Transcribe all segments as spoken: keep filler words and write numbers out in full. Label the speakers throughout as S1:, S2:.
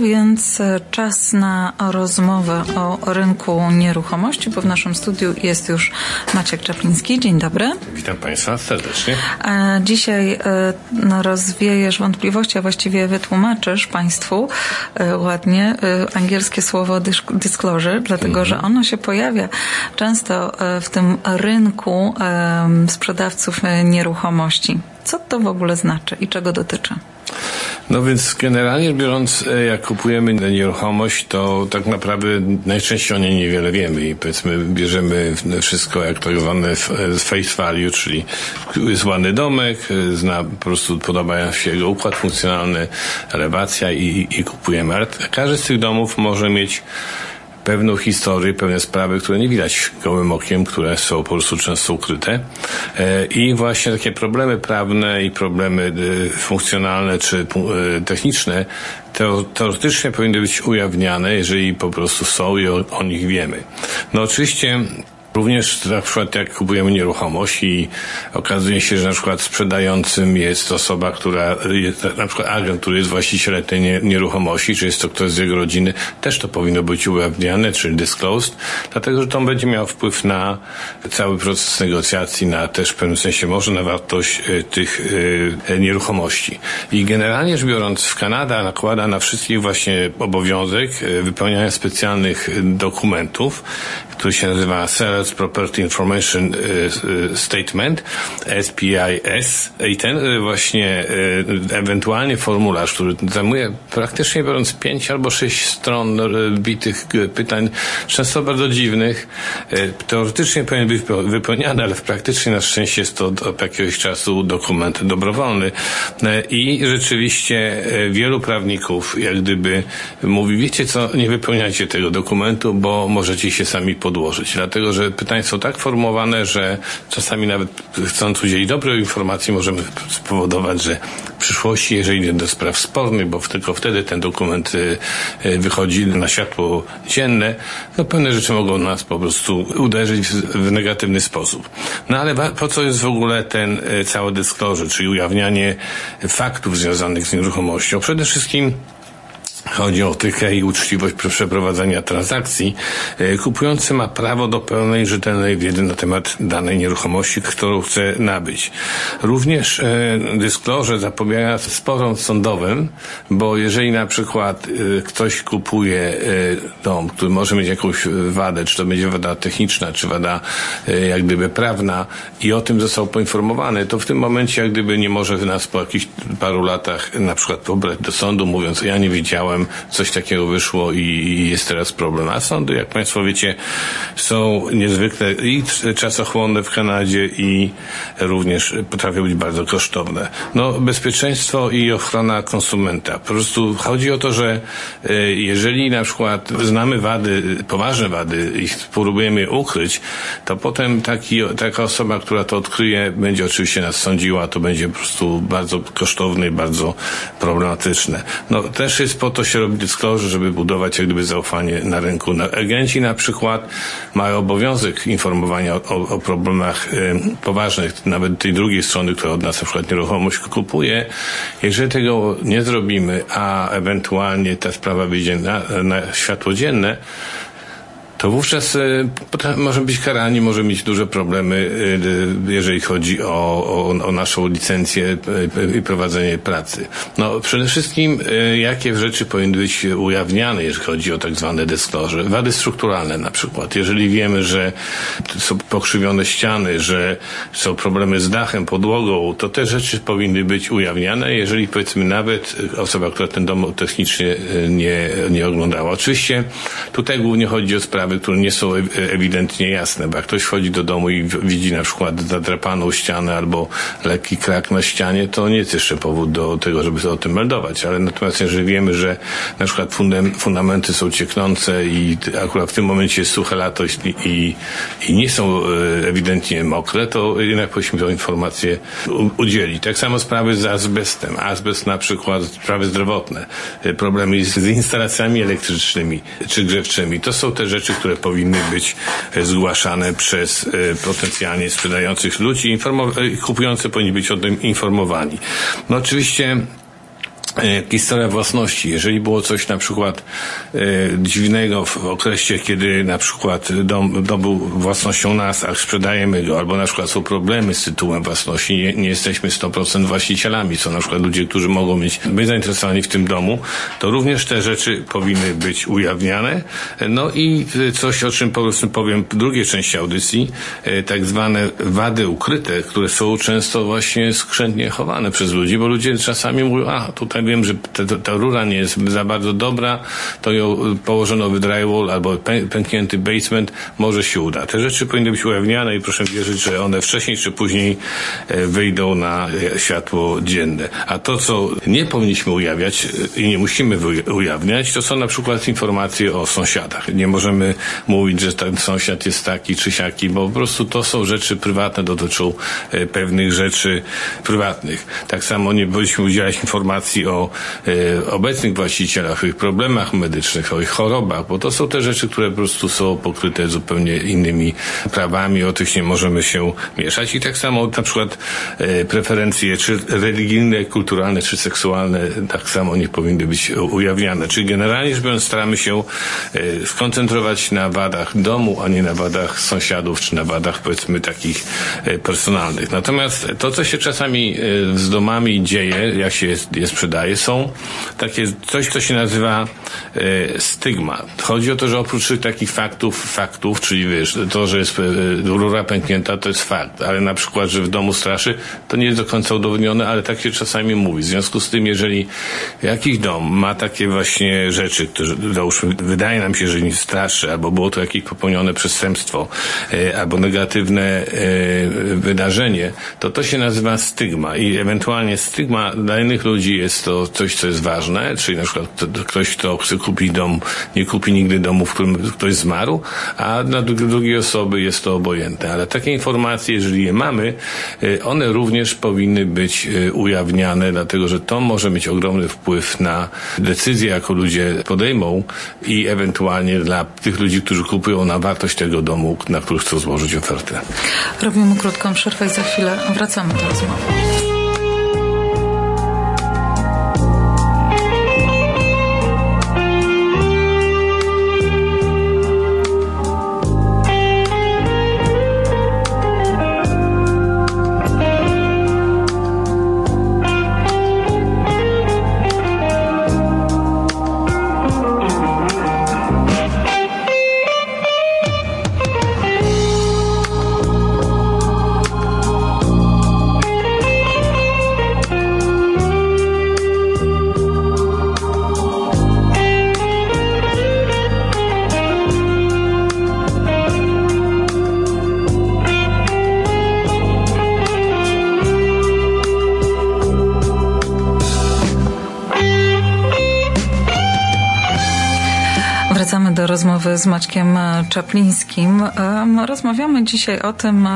S1: więc czas na rozmowę o rynku nieruchomości, bo w naszym studiu jest już Maciek Czapliński. Dzień dobry.
S2: Witam Państwa serdecznie.
S1: Dzisiaj no, rozwiejesz wątpliwości, a właściwie wytłumaczysz Państwu ładnie angielskie słowo disclosure, dlatego mm-hmm. że ono się pojawia często w tym rynku sprzedawców nieruchomości. Co to w ogóle znaczy i czego dotyczy?
S2: No więc generalnie biorąc, jak kupujemy nieruchomość, to tak naprawdę najczęściej o niej niewiele wiemy i powiedzmy bierzemy wszystko jak tak zwane face value, czyli jest ładny domek, zna, po prostu podoba się jego układ funkcjonalny, elewacja i, i kupujemy. Ale każdy z tych domów może mieć pewną historię, pewne sprawy, które nie widać gołym okiem, które są po prostu często ukryte. I właśnie takie problemy prawne i problemy funkcjonalne czy techniczne teoretycznie powinny być ujawniane, jeżeli po prostu są i o, o nich wiemy. No oczywiście również na przykład jak kupujemy nieruchomość i okazuje się, że na przykład sprzedającym jest osoba, która jest, na przykład agent, który jest właścicielem tej nieruchomości, czy jest to ktoś z jego rodziny, też to powinno być ujawniane, czyli disclosed, dlatego, że to będzie miało wpływ na cały proces negocjacji, na też w pewnym sensie może na wartość tych y, nieruchomości. I generalnie rzecz biorąc, w Kanada nakłada na wszystkich właśnie obowiązek wypełniania specjalnych dokumentów, który się nazywa Seller's Property Information Statement, S P I S, i ten właśnie ewentualnie formularz, który zajmuje praktycznie biorąc pięć albo sześć stron bitych pytań, często bardzo dziwnych, teoretycznie powinien być wypełniany, ale w praktycznie na szczęście jest to od jakiegoś czasu dokument dobrowolny i rzeczywiście wielu prawników jak gdyby mówi, wiecie co, nie wypełniajcie tego dokumentu, bo możecie się sami podłożyć, dlatego, że pytania są tak formułowane, że czasami nawet chcąc udzielić dobrej informacji możemy spowodować, że w przyszłości, jeżeli idzie do spraw spornych, bo tylko wtedy ten dokument wychodzi na światło dzienne, no pewne rzeczy mogą nas po prostu uderzyć w negatywny sposób. No ale po co jest w ogóle ten cały disclosure, czyli ujawnianie faktów związanych z nieruchomością? Przede wszystkim chodzi o etykę i uczciwość przy przeprowadzaniu transakcji. Kupujący ma prawo do pełnej, rzetelnej wiedzy na temat danej nieruchomości, którą chce nabyć. Również e, disclosure zapobiega sporom sądowym, bo jeżeli na przykład e, ktoś kupuje e, dom, który może mieć jakąś wadę, czy to będzie wada techniczna, czy wada e, jak gdyby prawna i o tym został poinformowany, to w tym momencie jak gdyby nie może nas po jakichś paru latach na przykład pobrać do sądu, mówiąc, ja nie wiedziałem, coś takiego wyszło i jest teraz problem. A sądy, jak Państwo wiecie, są niezwykle i czasochłonne w Kanadzie i również potrafią być bardzo kosztowne. No, bezpieczeństwo i ochrona konsumenta. Po prostu chodzi o to, że jeżeli na przykład znamy wady, poważne wady i próbujemy je ukryć, to potem taki, taka osoba, która to odkryje, będzie oczywiście nas sądziła, to będzie po prostu bardzo kosztowne i bardzo problematyczne. No, też jest po to się robi disclosure, żeby budować jak gdyby zaufanie na rynku. Agenci na przykład mają obowiązek informowania o, o problemach y, poważnych, nawet tej drugiej strony, która od nas na przykład nieruchomość kupuje. Jeżeli tego nie zrobimy, a ewentualnie ta sprawa wyjdzie na, na światło dzienne, to wówczas y, może być karani, może mieć duże problemy, y, jeżeli chodzi o, o, o naszą licencję i y, prowadzenie pracy. No, przede wszystkim y, jakie rzeczy powinny być ujawniane, jeżeli chodzi o tak zwane disclosure. Wady strukturalne na przykład. Jeżeli wiemy, że są pokrzywione ściany, że są problemy z dachem, podłogą, to te rzeczy powinny być ujawniane, jeżeli powiedzmy nawet osoba, która ten dom technicznie nie, nie oglądała. Oczywiście tutaj głównie chodzi o sprawy, które nie są ewidentnie jasne, bo jak ktoś wchodzi do domu i widzi na przykład zadrapaną ścianę albo lekki krak na ścianie, to nie jest jeszcze powód do tego, żeby sobie o tym meldować, ale natomiast jeżeli wiemy, że na przykład fundamenty są cieknące i akurat w tym momencie jest suche lato i, i nie są ewidentnie mokre, to jednak powinniśmy tę informację udzielić. Tak samo sprawy z azbestem. Azbest na przykład, sprawy zdrowotne, problemy z instalacjami elektrycznymi czy grzewczymi. To są te rzeczy, które powinny być zgłaszane przez potencjalnie sprzedających ludzi. Informow- kupujący powinni być o tym informowani. No oczywiście historia własności. Jeżeli było coś na przykład e, dziwnego w okresie, kiedy na przykład dom, dom był własnością nas, a sprzedajemy go, albo na przykład są problemy z tytułem własności, nie, nie jesteśmy sto procent właścicielami, są na przykład ludzie, którzy mogą być, być zainteresowani w tym domu, to również te rzeczy powinny być ujawniane. No i coś, o czym po prostu powiem w drugiej części audycji, e, tak zwane wady ukryte, które są często właśnie skrzętnie chowane przez ludzi, bo ludzie czasami mówią, a tutaj wiem, że ta, ta rura nie jest za bardzo dobra, to ją położono w drywall albo pęknięty basement, może się uda. Te rzeczy powinny być ujawniane i proszę wierzyć, że one wcześniej czy później wyjdą na światło dzienne. A to, co nie powinniśmy ujawniać i nie musimy ujawniać, to są na przykład informacje o sąsiadach. Nie możemy mówić, że ten sąsiad jest taki czy siaki, bo po prostu to są rzeczy prywatne, dotyczą pewnych rzeczy prywatnych. Tak samo nie powinniśmy udzielać informacji o e, obecnych właścicielach, o ich problemach medycznych, o ich chorobach, bo to są te rzeczy, które po prostu są pokryte zupełnie innymi prawami, o tych nie możemy się mieszać. I tak samo na przykład e, preferencje czy religijne, kulturalne, czy seksualne tak samo nie powinny być ujawniane. Czyli generalnie rzecz biorąc staramy się e, skoncentrować na wadach domu, a nie na wadach sąsiadów, czy na wadach powiedzmy takich e, personalnych. Natomiast to, co się czasami e, z domami dzieje, jak się je, je sprzedaje, są takie coś, co się nazywa e, stygma. Chodzi o to, że oprócz takich faktów, faktów, czyli wiesz, to, że jest e, rura pęknięta, to jest fakt, ale na przykład, że w domu straszy, to nie jest do końca udowodnione, ale tak się czasami mówi. W związku z tym, jeżeli jakiś dom ma takie właśnie rzeczy, które załóżmy, wydaje nam się, że nie straszy, albo było to jakieś popełnione przestępstwo, e, albo negatywne e, wydarzenie, to to się nazywa stygma i ewentualnie stygma dla innych ludzi jest to coś, co jest ważne, czyli na przykład ktoś, kto chce kupić dom, nie kupi nigdy domu, w którym ktoś zmarł, a dla drugiej osoby jest to obojętne. Ale takie informacje, jeżeli je mamy, one również powinny być ujawniane, dlatego że to może mieć ogromny wpływ na decyzję, jaką ludzie podejmą i ewentualnie dla tych ludzi, którzy kupują, na wartość tego domu, na który chcą złożyć ofertę.
S1: Robimy krótką przerwę i za chwilę wracamy do rozmowy. Wracamy do rozmowy z Maćkiem Czaplińskim. Rozmawiamy dzisiaj o tym,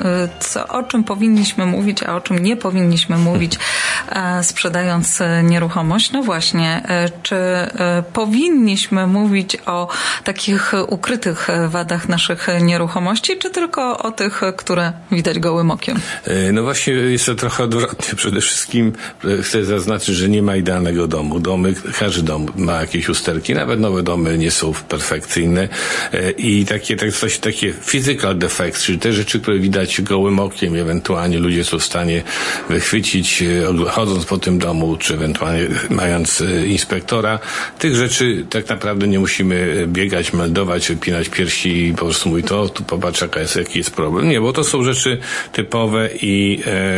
S1: co, o czym powinniśmy mówić, a o czym nie powinniśmy mówić, sprzedając nieruchomość. No właśnie, czy powinniśmy mówić o takich ukrytych wadach naszych nieruchomości, czy tylko o tych, które widać gołym okiem?
S2: No właśnie, jest to trochę odwrotnie. Przede wszystkim chcę zaznaczyć, że nie ma idealnego domu. Domy, każdy dom ma jakieś usterki, nawet nowe domy nie są perfekcyjne i takie, tak, coś, takie physical defects, czyli te rzeczy, które widać gołym okiem, ewentualnie ludzie są w stanie wychwycić, chodząc po tym domu, czy ewentualnie mając inspektora. Tych rzeczy tak naprawdę nie musimy biegać, meldować, wypinać piersi i po prostu mówić, to tu popatrz, jaka jest, jaki jest problem. Nie, bo to są rzeczy typowe i,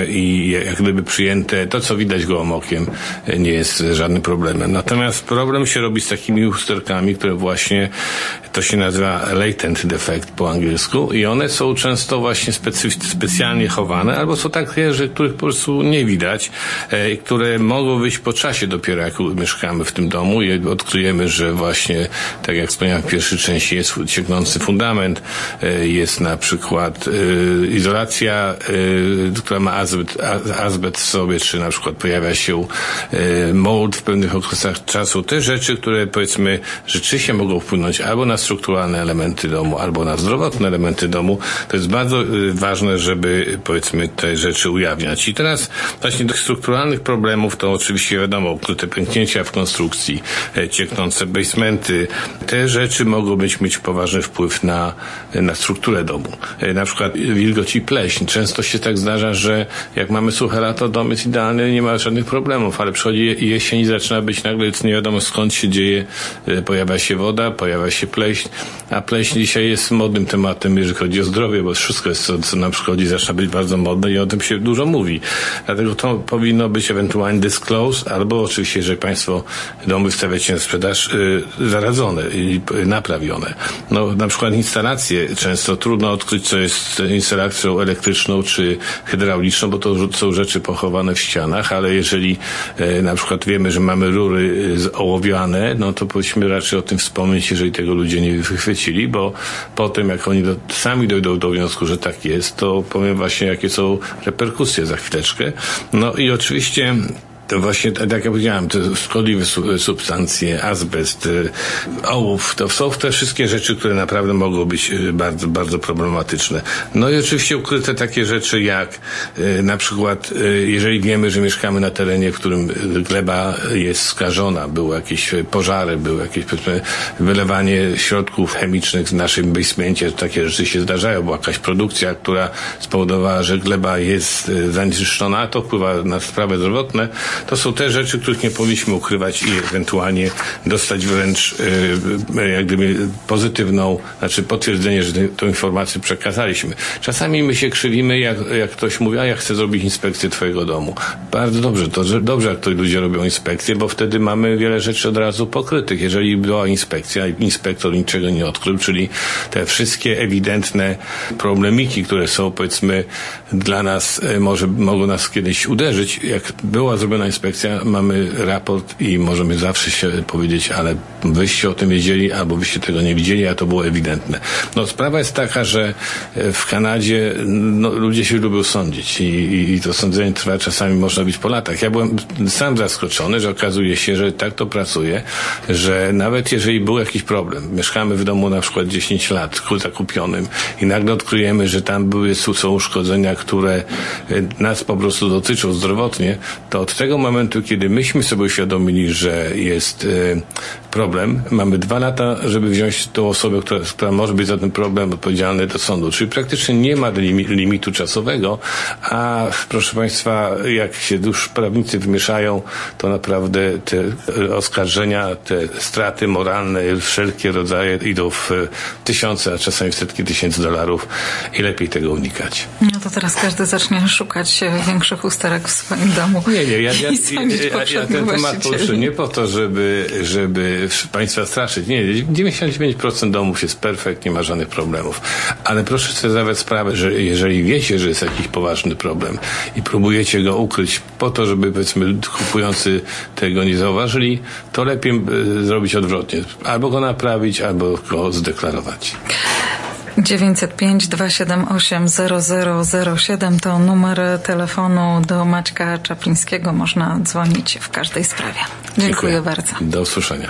S2: i jak gdyby przyjęte. To, co widać gołym okiem, nie jest żadnym problemem. Natomiast problem się robi z takimi usterkami, które właśnie, to się nazywa latent defect po angielsku i one są często właśnie specyf- specjalnie chowane, albo są takie, że których po prostu nie widać, e, które mogą wyjść po czasie dopiero, jak mieszkamy w tym domu i odkryjemy, że właśnie, tak jak wspomniałem w pierwszej części, jest cieknący fundament, e, jest na przykład e, izolacja, e, która ma azbest, azbest w sobie, czy na przykład pojawia się e, mold w pewnych okresach czasu. Te rzeczy, które powiedzmy rzeczywiście mogą wpłynąć, a albo na strukturalne elementy domu, albo na zdrowotne elementy domu. To jest bardzo ważne, żeby powiedzmy te rzeczy ujawniać. I teraz właśnie do strukturalnych problemów to oczywiście wiadomo, ukryte pęknięcia w konstrukcji, cieknące basementy. Te rzeczy mogą być, mieć poważny wpływ na, na strukturę domu. Na przykład wilgoć i pleśń. Często się tak zdarza, że jak mamy suche lato, dom jest idealny, nie ma żadnych problemów, ale przychodzi jesień i zaczyna być nagle, nie wiadomo skąd się dzieje, pojawia się woda, pojawia się pleśń, a pleśń dzisiaj jest modnym tematem, jeżeli chodzi o zdrowie, bo wszystko jest, co, co nam przychodzi, zaczyna być bardzo modne i o tym się dużo mówi. Dlatego to powinno być ewentualnie disclosed, albo oczywiście, jeżeli Państwo domy wystawiacie na sprzedaż, yy, zaradzone i naprawione. No, na przykład instalacje, często trudno odkryć, co jest instalacją elektryczną czy hydrauliczną, bo to są rzeczy pochowane w ścianach, ale jeżeli yy, na przykład wiemy, że mamy rury ołowiane, no to powinniśmy raczej o tym wspomnieć, jeżeli tego ludzie nie wychwycili, bo potem jak oni do, sami dojdą do wniosku, że tak jest, to powiem właśnie, jakie są reperkusje za chwileczkę. No i oczywiście to właśnie, tak jak ja powiedziałem, te szkodliwe substancje, azbest, ołów, to są te wszystkie rzeczy, które naprawdę mogą być bardzo, bardzo problematyczne. No i oczywiście ukryte takie rzeczy jak na przykład, jeżeli wiemy, że mieszkamy na terenie, w którym gleba jest skażona, były jakieś pożary, było jakieś powiedzmy wylewanie środków chemicznych w naszym basemencie, takie rzeczy się zdarzają, była jakaś produkcja, która spowodowała, że gleba jest zanieczyszczona, to wpływa na sprawy zdrowotne. To są te rzeczy, których nie powinniśmy ukrywać i ewentualnie dostać wręcz e, jak gdyby pozytywną, znaczy potwierdzenie, że tę informację przekazaliśmy. Czasami my się krzywimy, jak, jak ktoś mówi, a ja chcę zrobić inspekcję twojego domu. Bardzo dobrze, to że dobrze, jak to ludzie robią inspekcję, bo wtedy mamy wiele rzeczy od razu pokrytych. Jeżeli była inspekcja, inspektor niczego nie odkrył, czyli te wszystkie ewidentne problemiki, które są, powiedzmy, dla nas, może mogą nas kiedyś uderzyć, jak była zrobiona inspekcja, mamy raport i możemy zawsze się powiedzieć, ale wyście o tym wiedzieli, albo wyście tego nie widzieli, a to było ewidentne. No sprawa jest taka, że w Kanadzie no, ludzie się lubią sądzić i, i, i to sądzenie trwa czasami, można być po latach. Ja byłem sam zaskoczony, że okazuje się, że tak to pracuje, że nawet jeżeli był jakiś problem, mieszkamy w domu na przykład dziesięć lat, zakupionym i nagle odkryjemy, że tam były, są uszkodzenia, które nas po prostu dotyczą zdrowotnie, to od tego momentu, kiedy myśmy sobie uświadomili, że jest y, problem, mamy dwa lata, żeby wziąć tą osobę, która, która może być za ten problem odpowiedzialny do sądu. Czyli praktycznie nie ma limi, limitu czasowego, a proszę Państwa, jak się już prawnicy wmieszają, to naprawdę te oskarżenia, te straty moralne, wszelkie rodzaje idą w tysiące, a czasami w setki tysięcy dolarów i lepiej tego unikać.
S1: No to teraz każdy zacznie szukać większych usterek w swoim domu.
S2: Nie, nie, ja, ja, ja, ja, ja ten temat poruszę nie po to, żeby, żeby Państwa straszyć. Nie, dziewięćdziesiąt dziewięć procent domów jest perfekt, nie ma żadnych problemów. Ale proszę sobie zdawać sprawę, że jeżeli wiecie, że jest jakiś poważny problem i próbujecie go ukryć po to, żeby powiedzmy kupujący tego nie zauważyli, to lepiej zrobić odwrotnie. Albo go naprawić, albo go zdeklarować.
S1: dziewięćset pięć dwa siedem osiem zero zero zero siedem to numer telefonu do Maćka Czaplińskiego. Można dzwonić w każdej sprawie. Dziękuję, Dziękuję bardzo.
S2: Do usłyszenia.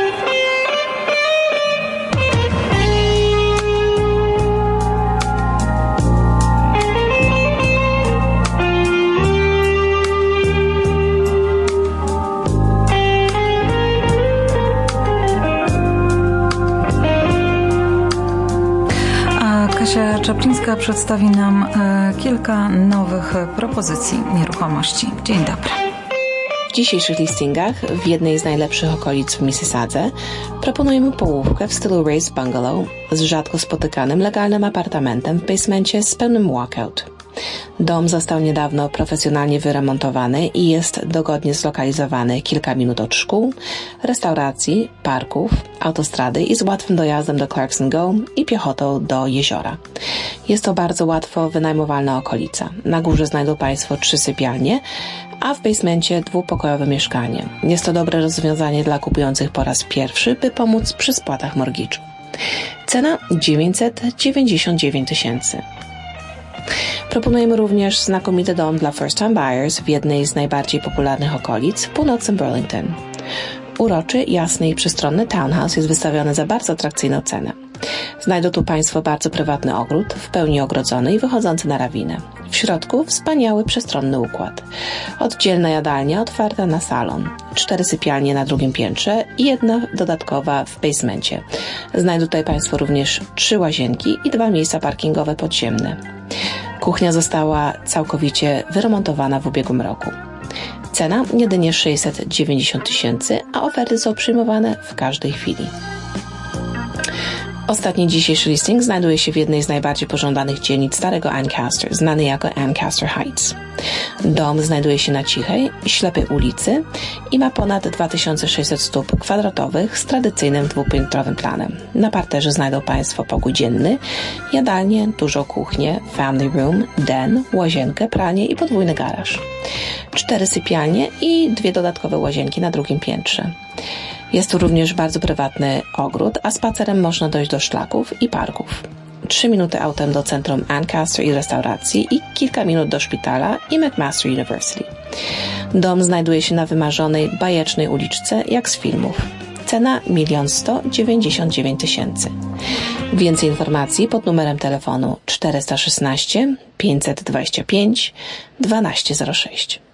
S1: Kasia Czaplińska przedstawi nam e, kilka nowych propozycji nieruchomości. Dzień dobry.
S3: W dzisiejszych listingach w jednej z najlepszych okolic w Mississadze proponujemy połówkę w stylu Raised Bungalow z rzadko spotykanym legalnym apartamentem w basemencie z pełnym walkout. Dom został niedawno profesjonalnie wyremontowany i jest dogodnie zlokalizowany kilka minut od szkół, restauracji, parków, autostrady i z łatwym dojazdem do Clarkson Go i piechotą do jeziora. Jest to bardzo łatwo wynajmowalna okolica. Na górze znajdą Państwo trzy sypialnie, a w basemencie dwupokojowe mieszkanie. Jest to dobre rozwiązanie dla kupujących po raz pierwszy, by pomóc przy spłatach mortgage'u. Cena dziewięćset dziewięćdziesiąt dziewięć tysięcy. Proponujemy również znakomity dom dla first-time buyers w jednej z najbardziej popularnych okolic w północnym Burlington. Uroczy, jasny i przestronny townhouse jest wystawiony za bardzo atrakcyjną cenę. Znajdą tu Państwo bardzo prywatny ogród, w pełni ogrodzony i wychodzący na rawinę. W środku wspaniały, przestronny układ. Oddzielna jadalnia otwarta na salon. Cztery sypialnie na drugim piętrze i jedna dodatkowa w basemencie. Znajdą tutaj Państwo również trzy łazienki i dwa miejsca parkingowe podziemne. Kuchnia została całkowicie wyremontowana w ubiegłym roku. Cena jedynie sześćset dziewięćdziesiąt tysięcy, a oferty są przyjmowane w każdej chwili. Ostatni dzisiejszy listing znajduje się w jednej z najbardziej pożądanych dzielnic Starego Ancaster, znany jako Ancaster Heights. Dom znajduje się na cichej, ślepej ulicy i ma ponad dwa tysiące sześćset stóp kwadratowych z tradycyjnym dwupiętrowym planem. Na parterze znajdą Państwo pokój dzienny, jadalnię, dużą kuchnię, family room, den, łazienkę, pralnię i podwójny garaż. Cztery sypialnie i dwie dodatkowe łazienki na drugim piętrze. Jest tu również bardzo prywatny ogród, a spacerem można dojść do szlaków i parków. Trzy minuty autem do centrum Ancaster i restauracji i kilka minut do szpitala i McMaster University. Dom znajduje się na wymarzonej, bajecznej uliczce, jak z filmów. Cena milion sto dziewięćdziesiąt dziewięć tysięcy. Więcej informacji pod numerem telefonu czterysta szesnaście pięćset dwadzieścia pięć dwanaście zero sześć.